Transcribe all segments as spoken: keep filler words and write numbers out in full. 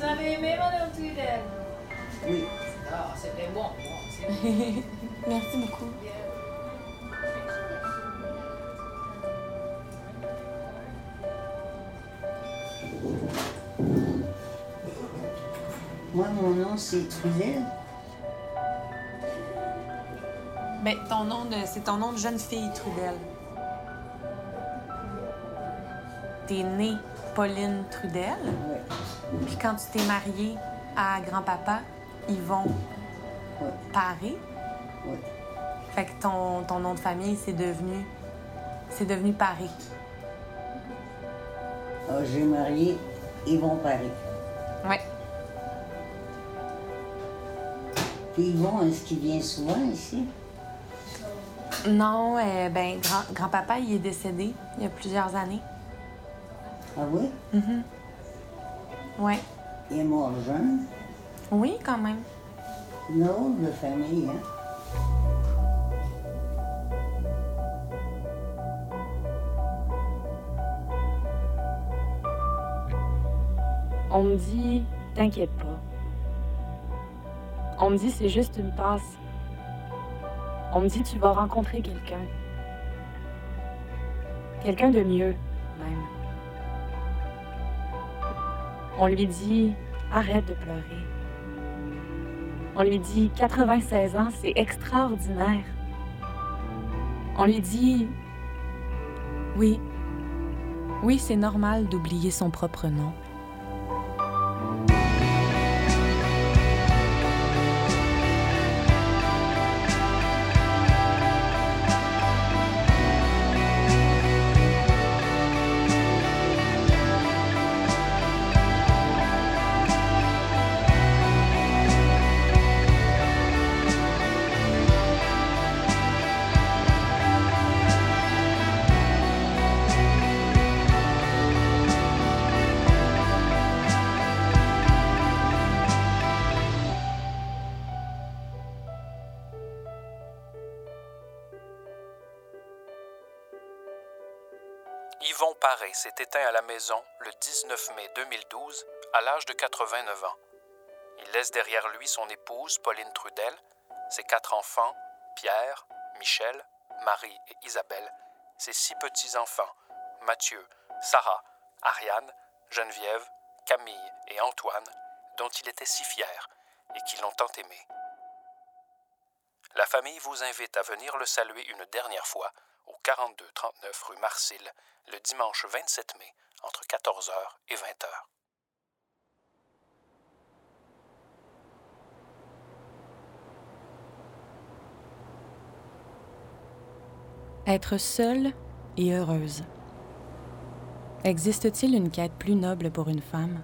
avez aimé, Madame Trudel? Oui. Ah, c'était bon. bon c'est bon. Merci beaucoup. Moi, mon nom, c'est Trudel. Ben, ton nom de... c'est ton nom de jeune fille, Trudel. T'es née Pauline Trudel. Oui. Puis quand tu t'es mariée à grand-papa, Yvon Oui. Paré. Oui. Fait que ton, ton nom de famille, c'est devenu... c'est devenu Paré. Ah, j'ai marié Yvon Paré. Ouais. Puis Yvon, est-ce qu'il vient souvent ici? Non, euh, ben, grand, grand-papa, il est décédé il y a plusieurs années. Ah oui? Mhm. Ouais. Il est mort jeune. Oui, quand même. Une autre de famille, hein? On me dit, t'inquiète pas. On me dit, c'est juste une passe. On me dit, tu vas rencontrer quelqu'un. Quelqu'un de mieux, même. On lui dit, arrête de pleurer. On lui dit, quatre-vingt-seize ans, c'est extraordinaire. On lui dit, oui, oui, c'est normal d'oublier son propre nom. Yvon Paré s'est éteint à la maison le dix-neuf mai deux mille douze, à l'âge de quatre-vingt-neuf ans. Il laisse derrière lui son épouse, Pauline Trudel, ses quatre enfants, Pierre, Michel, Marie et Isabelle, ses six petits-enfants, Mathieu, Sarah, Ariane, Geneviève, Camille et Antoine, dont il était si fier et qui l'ont tant aimé. La famille vous invite à venir le saluer une dernière fois au quarante-deux trente-neuf rue Marcille, le dimanche vingt-sept mai, entre quatorze heures et vingt heures. Être seule et heureuse. Existe-t-il une quête plus noble pour une femme?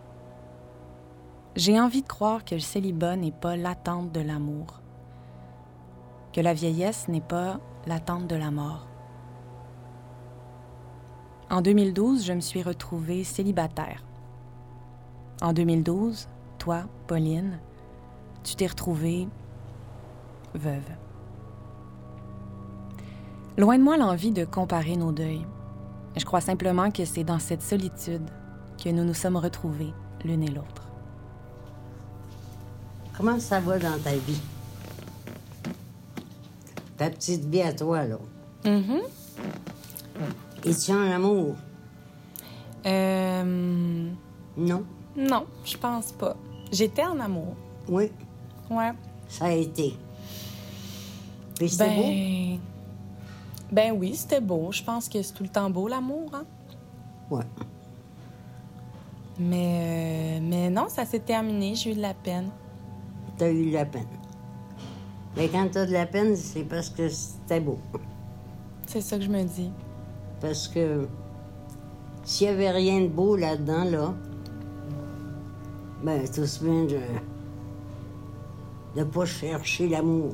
J'ai envie de croire que le célibat n'est pas l'attente de l'amour, que la vieillesse n'est pas l'attente de la mort. En deux mille douze, je me suis retrouvée célibataire. En deux mille douze, toi, Pauline, tu t'es retrouvée veuve. Loin de moi l'envie de comparer nos deuils. Je crois simplement que c'est dans cette solitude que nous nous sommes retrouvés l'une et l'autre. Comment ça va dans ta vie? Ta petite vie à toi, là. Mm-hmm. Es-tu en amour? Euh... Non? Non, je pense pas. J'étais en amour. Oui. Ouais. Ça a été. Puis c'était Ben... beau? Ben oui, c'était beau. Je pense que c'est tout le temps beau, l'amour, hein? Ouais. Mais... Euh... Mais non, ça s'est terminé. J'ai eu de la peine. T'as eu de la peine. Mais quand t'as de la peine, c'est parce que c'était beau. C'est ça que je me dis. Parce que s'il y avait rien de beau là-dedans, là, ben, tout se bien de ne pas chercher l'amour.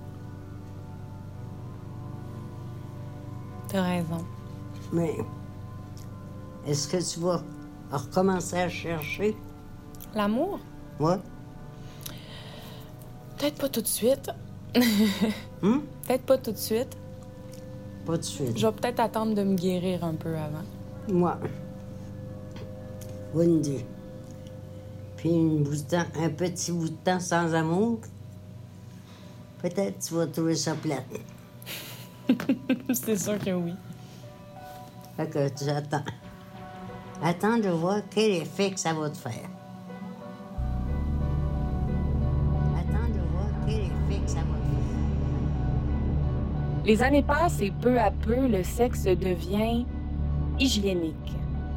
T'as raison. Mais est-ce que tu vas recommencer à chercher? L'amour? Ouais. Peut-être pas tout de suite. Hum? Peut-être pas tout de suite. Pas tout de suite. Je vais peut-être attendre de me guérir un peu avant. Moi. Wendy. Puis puis une bout de temps, un petit bout de temps sans amour, peut-être tu vas trouver ça plate. C'est sûr que oui. Fait que tu attends. Attends de voir quel effet que ça va te faire. Attends de voir quel effet que ça va te faire. Les années passent et peu à peu, le sexe devient hygiénique.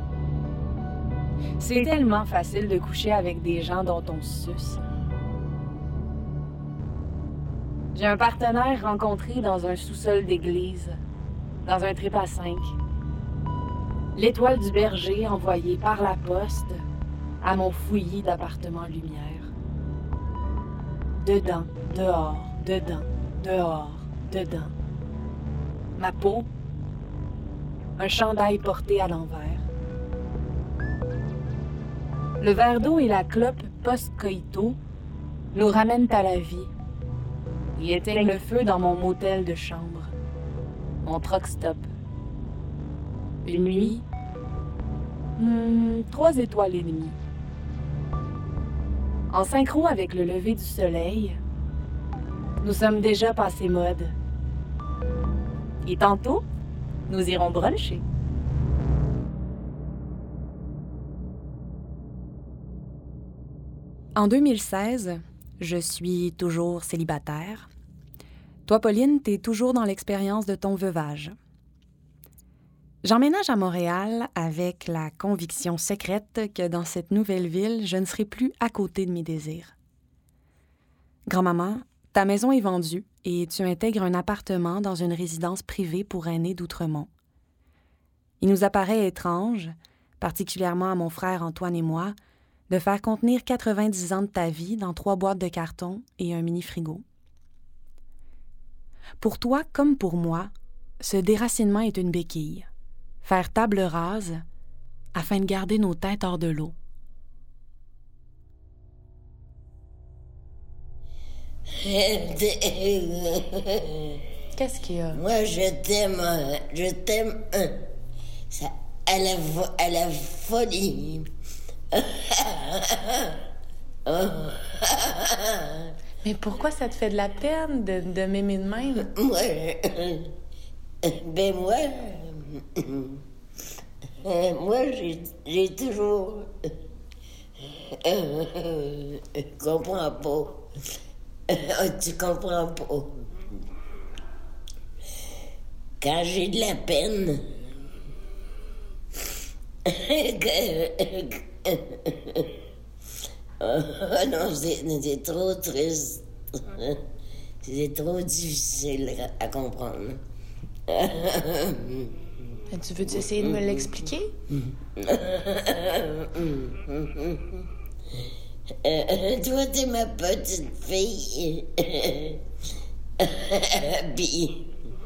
C'est tellement facile de coucher avec des gens dont on suce. J'ai un partenaire rencontré dans un sous-sol d'église, dans un trip à cinq. L'étoile du berger envoyée par la poste à mon fouillis d'appartement lumière. Dedans, dehors, dedans, dehors, dedans. Ma peau, un chandail porté à l'envers. Le verre d'eau et la clope post-coïto nous ramènent à la vie et éteignent le feu dans mon motel de chambre, mon truck stop. Une nuit, hmm, trois étoiles et demie. En synchro avec le lever du soleil, nous sommes déjà passés mode. Et tantôt, nous irons bruncher. En deux mille seize, je suis toujours célibataire. Toi, Pauline, t'es toujours dans l'expérience de ton veuvage. J'emménage à Montréal avec la conviction secrète que dans cette nouvelle ville, je ne serai plus à côté de mes désirs. Grand-maman, ta maison est vendue et tu intègres un appartement dans une résidence privée pour aînés d'Outremont. Il nous apparaît étrange, particulièrement à mon frère Antoine et moi, de faire contenir quatre-vingt-dix ans de ta vie dans trois boîtes de carton et un mini-frigo. Pour toi comme pour moi, ce déracinement est une béquille. Faire table rase afin de garder nos têtes hors de l'eau. Qu'est-ce qu'il y a? Moi, je t'aime, je t'aime ça, à, la, à la folie. Mais pourquoi ça te fait de la peine de, de m'aimer de même? Moi, ben moi, moi, j'ai, j'ai toujours... Euh, comprends pas. Tu comprends pas. Quand j'ai de la peine... Oh non, c'est, c'est trop triste. C'est trop difficile à comprendre. Tu veux-tu essayer de me l'expliquer? Euh, toi, t'es ma petite fille. Puis...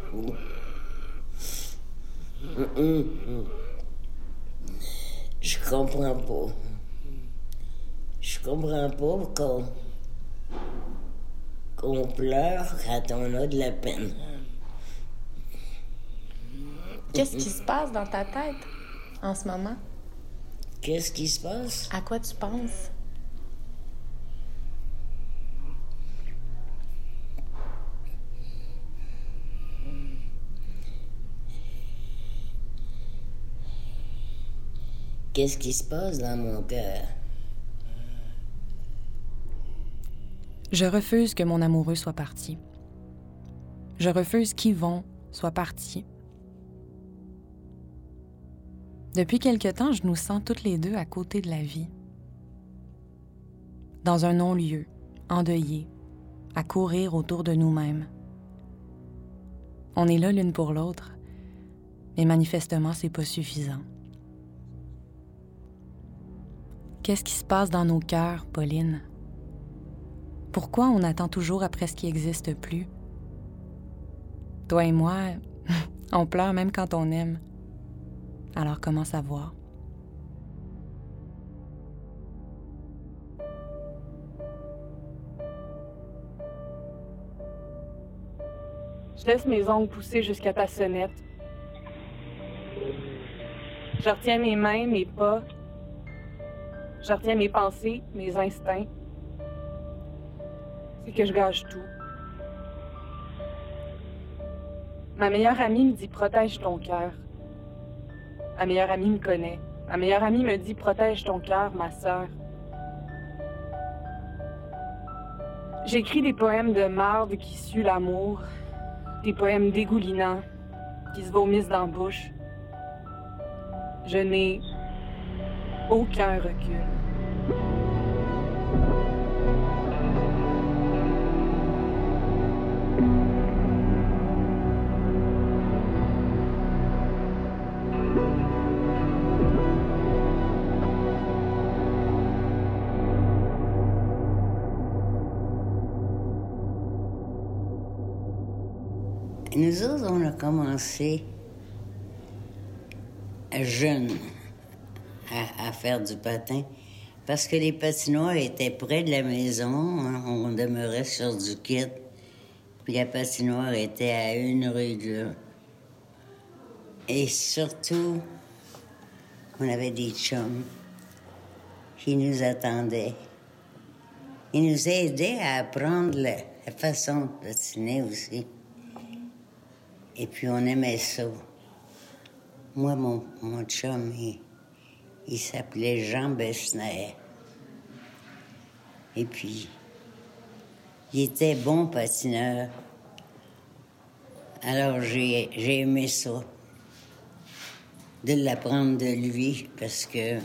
Je comprends pas. Je comprends pas qu'on... qu'on pleure quand on a de la peine. Qu'est-ce qui se passe dans ta tête en ce moment? Qu'est-ce qui se passe? À quoi tu penses? Qu'est-ce qui se passe dans mon cœur? Je refuse que mon amoureux soit parti. Je refuse qu'Yvon soit parti. Depuis quelque temps, je nous sens toutes les deux à côté de la vie. Dans un non-lieu, endeuillé, à courir autour de nous-mêmes. On est là l'une pour l'autre, mais manifestement, c'est pas suffisant. Qu'est-ce qui se passe dans nos cœurs, Pauline? Pourquoi on attend toujours après ce qui n'existe plus? Toi et moi, on pleure même quand on aime. Alors comment savoir? Je laisse mes ongles pousser jusqu'à ta sonnette. Je retiens mes mains, mes pas. Je retiens mes pensées, mes instincts. C'est que je gâche tout. Ma meilleure amie me dit « protège ton cœur ». Ma meilleure amie me connaît. Ma meilleure amie me dit « protège ton cœur, ma sœur ». J'écris des poèmes de marde qui suent l'amour, des poèmes dégoulinants qui se vomissent dans la bouche. Je n'ai aucun recul. Nous autres, on a commencé jeunes à, à faire du patin parce que les patinoires étaient près de la maison. On demeurait sur du kit. Puis la patinoire était à une rue de là. Et surtout, on avait des chums qui nous attendaient. Ils nous aidaient à apprendre la, la façon de patiner aussi. Et puis, on aimait ça. Moi, mon, mon chum, il, il s'appelait Jean Bessner. Et puis, il était bon patineur. Alors, j'ai, j'ai aimé ça, de l'apprendre de lui, parce que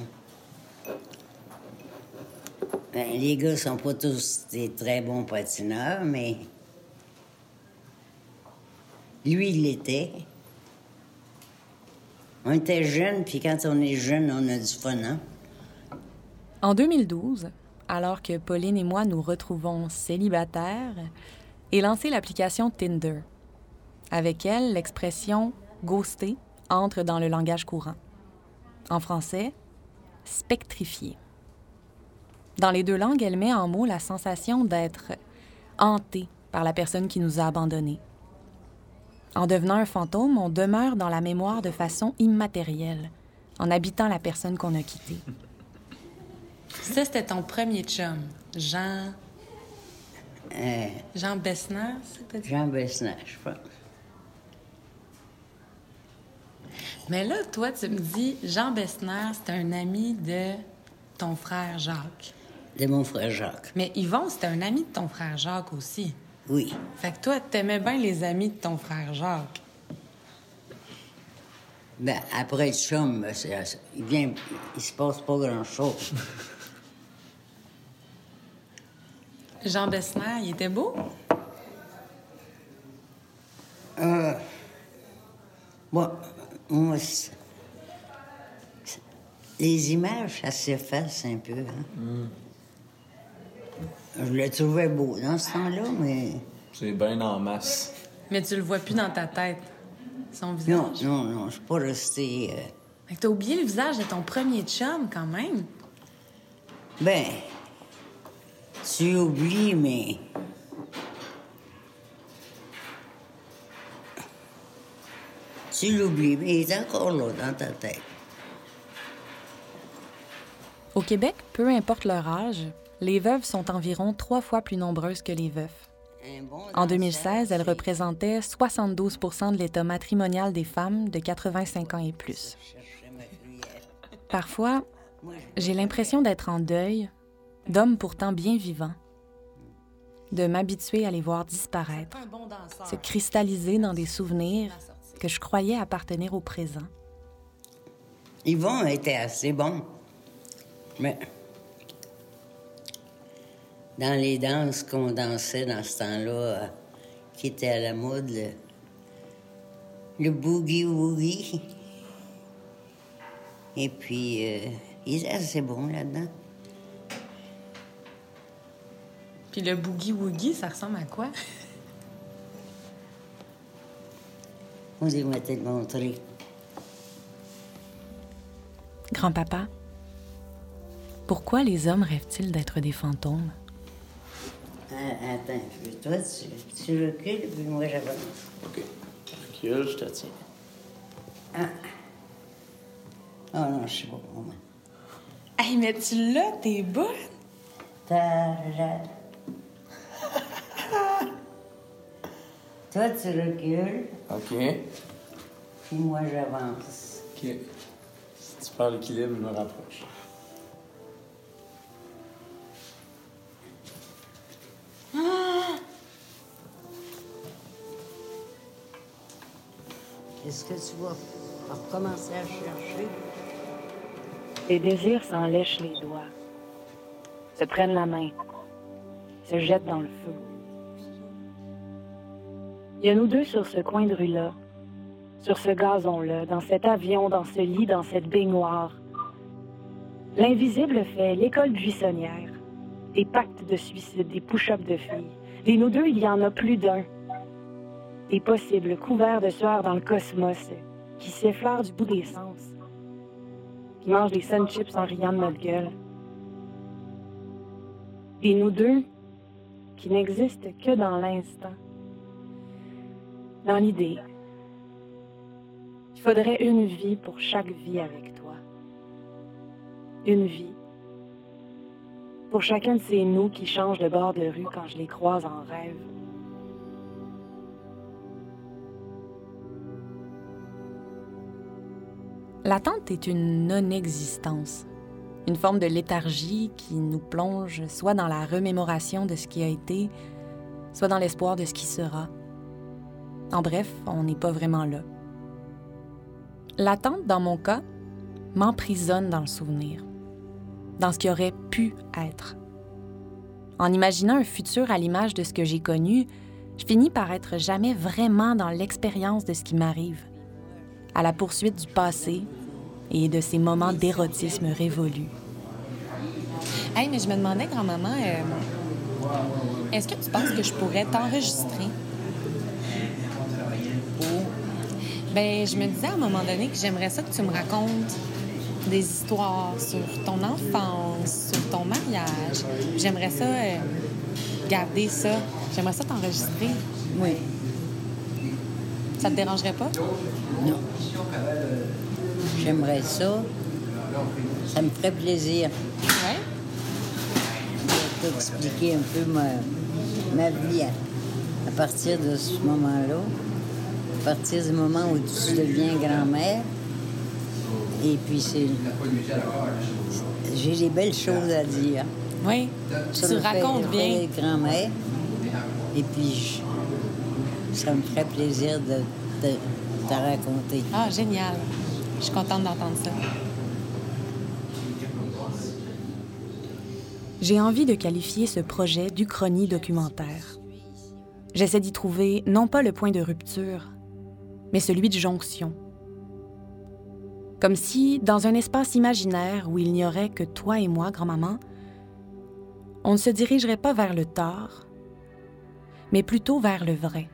ben, les gars sont pas tous des très bons patineurs, mais lui, il l'était. On était jeunes, puis quand on est jeune, on a du fun, hein? En deux mille douze, alors que Pauline et moi nous retrouvons célibataires, est lancée l'application Tinder. Avec elle, l'expression « ghoster » entre dans le langage courant. En français, « spectrifier ». Dans les deux langues, elle met en mots la sensation d'être hanté par la personne qui nous a abandonnés. En devenant un fantôme, on demeure dans la mémoire de façon immatérielle, en habitant la personne qu'on a quittée. Ça, c'était ton premier chum, Jean... Euh, Jean Bessner, c'est Jean Bessner, je pense. Mais là, toi, tu me dis, Jean Bessner, c'est un ami de ton frère Jacques. De mon frère Jacques. Mais Yvon, c'était un ami de ton frère Jacques aussi. Oui. Fait que toi, t'aimais bien les amis de ton frère Jacques. Ben, après le chum, c'est, il vient, il se passe pas grand-chose. Jean Bessner, il était beau? Euh, bon, moi, c'est- c'est- les images, ça s'efface un peu. Hein? Mm. Je le trouvais beau dans ce temps-là, mais... C'est bien en masse. Mais tu le vois plus dans ta tête, son Non, visage. non, non, je suis pas resté... euh, Fait que t'as oublié le visage de ton premier chum, quand même. Ben, tu oublies, mais... Tu l'oublies, mais il est encore là, dans ta tête. Au Québec, peu importe leur âge, les veuves sont environ trois fois plus nombreuses que les veufs. Un bon En deux mille seize, elles danseur, représentaient soixante-douze pour cent de l'état matrimonial des femmes de quatre-vingt-cinq ans et plus. c'est- je cherchais ma cuillère. Parfois, Moi, je- j'ai l'impression d'être en deuil, d'hommes pourtant bien vivants, de m'habituer à les voir disparaître, se cristalliser dans des souvenirs que je croyais appartenir au présent. Yvon était assez bon. Mais dans les danses qu'on dansait dans ce temps-là, euh, qui était à la mode, le, le boogie-woogie. Et puis, euh, il était assez bon là-dedans. Puis le boogie-woogie, ça ressemble à quoi? On dit, moi, te le montrer. Grand-papa, pourquoi les hommes rêvent-ils d'être des fantômes? Ah, attends un peu. Toi, tu, tu recules, puis moi, j'avance. OK. Recule, je te tiens. Ah non, je sais pas pour moi. Hey, mais tu l'as, t'es bonne! Ta-ra. Toi, tu recules, OK. puis moi, j'avance. OK. Si tu perds l'équilibre, je me rapproche. Est-ce que tu vas recommencer à chercher? Les désirs s'en lèchent les doigts, se prennent la main, se jettent dans le feu. Il y a nous deux sur ce coin de rue-là, sur ce gazon-là, dans cet avion, dans ce lit, dans cette baignoire. L'invisible fait l'école buissonnière, des pactes de suicide, des push-ups de filles. Des nous deux, il y en a plus d'un. Des possibles couverts de sueur dans le cosmos, qui s'effleurent du bout des sens, qui mangent des sun chips en riant de notre gueule. Des nous deux qui n'existent que dans l'instant, dans l'idée. Il faudrait une vie pour chaque vie avec toi. Une vie. Pour chacun de ces nous qui changent de bord de rue quand je les croise en rêve. L'attente est une non-existence, une forme de léthargie qui nous plonge soit dans la remémoration de ce qui a été, soit dans l'espoir de ce qui sera. En bref, on n'est pas vraiment là. L'attente, dans mon cas, m'emprisonne dans le souvenir, dans ce qui aurait pu être. En imaginant un futur à l'image de ce que j'ai connu, je finis par être jamais vraiment dans l'expérience de ce qui m'arrive, à la poursuite du passé et de ces moments d'érotisme révolu. Hey, mais je me demandais, grand-maman, euh, est-ce que tu penses que je pourrais t'enregistrer? Où? Ben, je me disais à un moment donné que j'aimerais ça que tu me racontes des histoires sur ton enfance, sur ton mariage. J'aimerais ça euh, garder ça. J'aimerais ça t'enregistrer. Oui. Ça te dérangerait pas? Non. J'aimerais ça. Ça me ferait plaisir Oui? de t'expliquer un peu ma, ma vie à, à partir de ce moment-là. À partir du moment où tu deviens grand-mère. Et puis, c'est... J'ai des belles choses à dire. Oui. Ça tu me fait- racontes me bien. fait être grand-mère. Et puis, je- ça me ferait plaisir de te de raconter. Ah, génial. Je suis contente d'entendre ça. J'ai envie de qualifier ce projet d'Uchronie documentaire. J'essaie d'y trouver non pas le point de rupture, mais celui de jonction. Comme si, dans un espace imaginaire où il n'y aurait que toi et moi, grand-maman, on ne se dirigerait pas vers le tort, mais plutôt vers le vrai.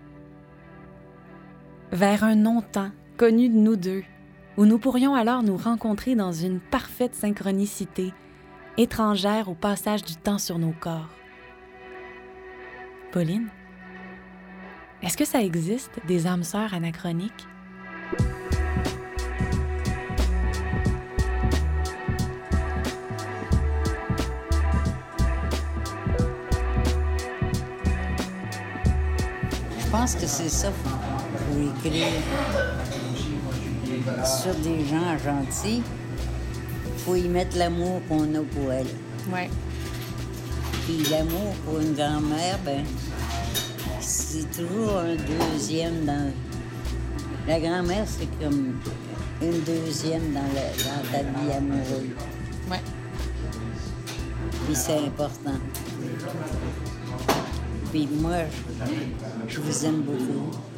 Vers un non-temps connu de nous deux, où nous pourrions alors nous rencontrer dans une parfaite synchronicité, étrangère au passage du temps sur nos corps. Pauline, est-ce que ça existe, des âmes sœurs anachroniques? Je pense que c'est ça qu'il faut écrire sur des gens gentils. Il faut y mettre l'amour qu'on a pour elle. Oui. Puis l'amour pour une grand-mère, ben, c'est toujours un deuxième dans... La grand-mère, c'est comme une deuxième dans, la, dans ta vie amoureuse. Oui. Puis c'est important. Puis moi, je, je vous aime beaucoup.